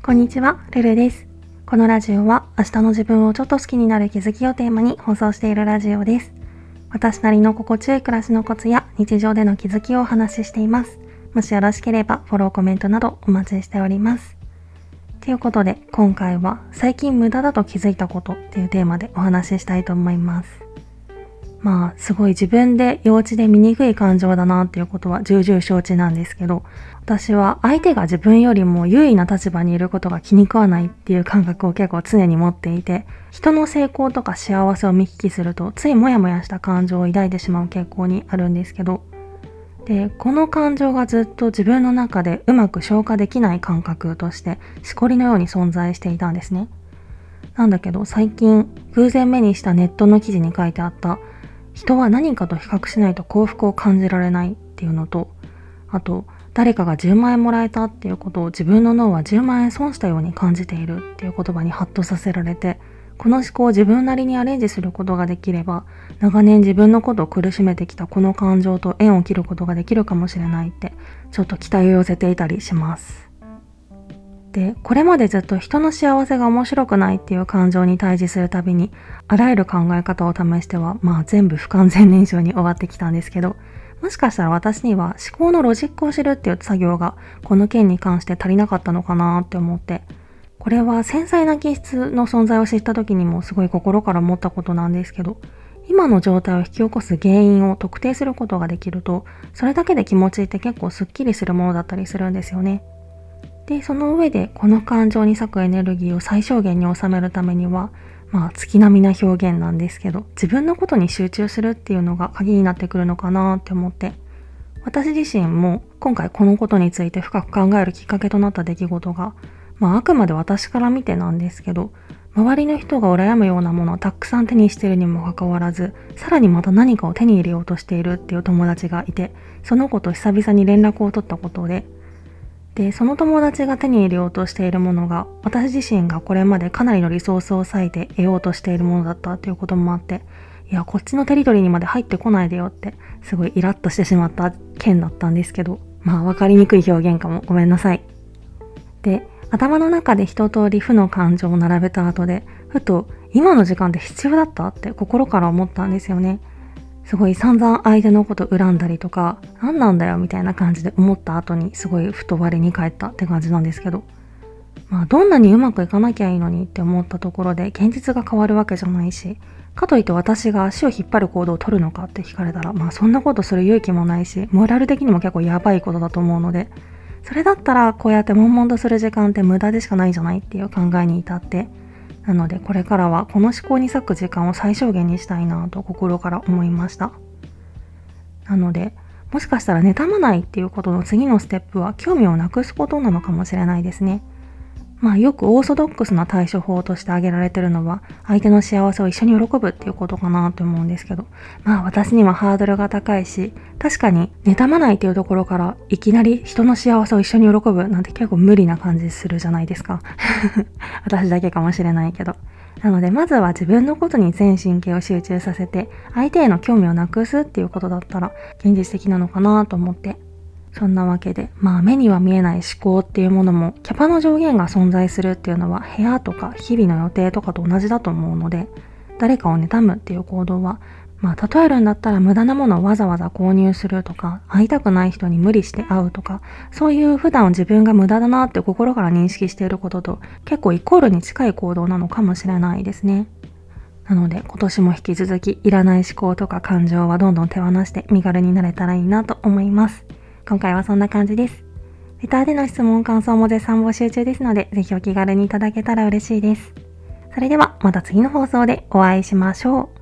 こんにちは、ルルです。このラジオは明日の自分をちょっと好きになる気づきをテーマに放送しているラジオです。私なりの心地よい暮らしのコツや日常での気づきをお話ししています。もしよろしければフォロー、コメントなどお待ちしております。ということで今回は最近無駄だと気づいたことっていうテーマでお話ししたいと思います。すごい自分で幼稚で醜い感情だなっていうことは重々承知なんですけど、私は相手が自分よりも優位な立場にいることが気に食わないっていう感覚を結構常に持っていて、人の成功とか幸せを見聞きするとついモヤモヤした感情を抱いてしまう傾向にあるんですけど、で、この感情がずっと自分の中でうまく消化できない感覚としてしこりのように存在していたんですね。なんだけど最近偶然目にしたネットの記事に書いてあった人は何かと比較しないと幸福を感じられないっていうのと、あと誰かが10万円もらえたっていうことを自分の脳は10万円損したように感じているっていう言葉にハッとさせられて、この思考を自分なりにアレンジすることができれば、長年自分のことを苦しめてきたこの感情と縁を切ることができるかもしれないってちょっと期待を寄せていたりします。で、これまでずっと人の幸せが面白くないっていう感情に対峙するたびに、あらゆる考え方を試しては、全部不完全燃焼に終わってきたんですけど、もしかしたら私には思考のロジックを知るっていう作業がこの件に関して足りなかったのかなって思って、これは繊細な気質の存在を知った時にもすごい心から思ったことなんですけど、今の状態を引き起こす原因を特定することができると、それだけで気持ちって結構スッキリするものだったりするんですよね。で、その上でこの感情に割くエネルギーを最小限に収めるためには、月並みな表現なんですけど、自分のことに集中するっていうのが鍵になってくるのかなって思って、私自身も今回このことについて深く考えるきっかけとなった出来事が、あくまで私から見てなんですけど、周りの人が羨むようなものをたくさん手にしているにもかかわらず、さらにまた何かを手に入れようとしているっていう友達がいて、その子と久々に連絡を取ったことで、その友達が手に入れようとしているものが、私自身がこれまでかなりのリソースを割いて得ようとしているものだったということもあって、いや、こっちのテリトリーにまで入ってこないでよって、すごいイラッとしてしまった件だったんですけど、わかりにくい表現かもごめんなさい。で、頭の中で一通り負の感情を並べた後で、ふと今の時間って必要だったって心から思ったんですよね。すごい散々相手のこと恨んだりとか、何なんだよみたいな感じで思った後にすごいふと我に返ったって感じなんですけど、どんなにうまくいかなきゃいいのにって思ったところで現実が変わるわけじゃないし、かといって私が足を引っ張る行動を取るのかって聞かれたら、そんなことする勇気もないし、モラル的にも結構やばいことだと思うので、それだったらこうやって悶々とする時間って無駄でしかないじゃないっていう考えに至って、なのでこれからはこの思考に割く時間を最小限にしたいなと心から思いました。なのでもしかしたら妬まないっていうことの次のステップは興味をなくすことなのかもしれないですね。よくオーソドックスな対処法として挙げられているのは相手の幸せを一緒に喜ぶっていうことかなと思うんですけど、私にはハードルが高いし、確かに妬まないっていうところからいきなり人の幸せを一緒に喜ぶなんて結構無理な感じするじゃないですか。私だけかもしれないけど。なのでまずは自分のことに全神経を集中させて相手への興味をなくすっていうことだったら現実的なのかなと思って、そんなわけで目には見えない思考っていうものもキャパの上限が存在するっていうのは部屋とか日々の予定とかと同じだと思うので、誰かを妬むっていう行動は例えるんだったら無駄なものをわざわざ購入するとか、会いたくない人に無理して会うとか、そういう普段自分が無駄だなって心から認識していることと結構イコールに近い行動なのかもしれないですね。なので今年も引き続きいらない思考とか感情はどんどん手放して身軽になれたらいいなと思います。今回はそんな感じです。レターでの質問感想も絶賛募集中ですので、ぜひお気軽にいただけたら嬉しいです。それではまた次の放送でお会いしましょう。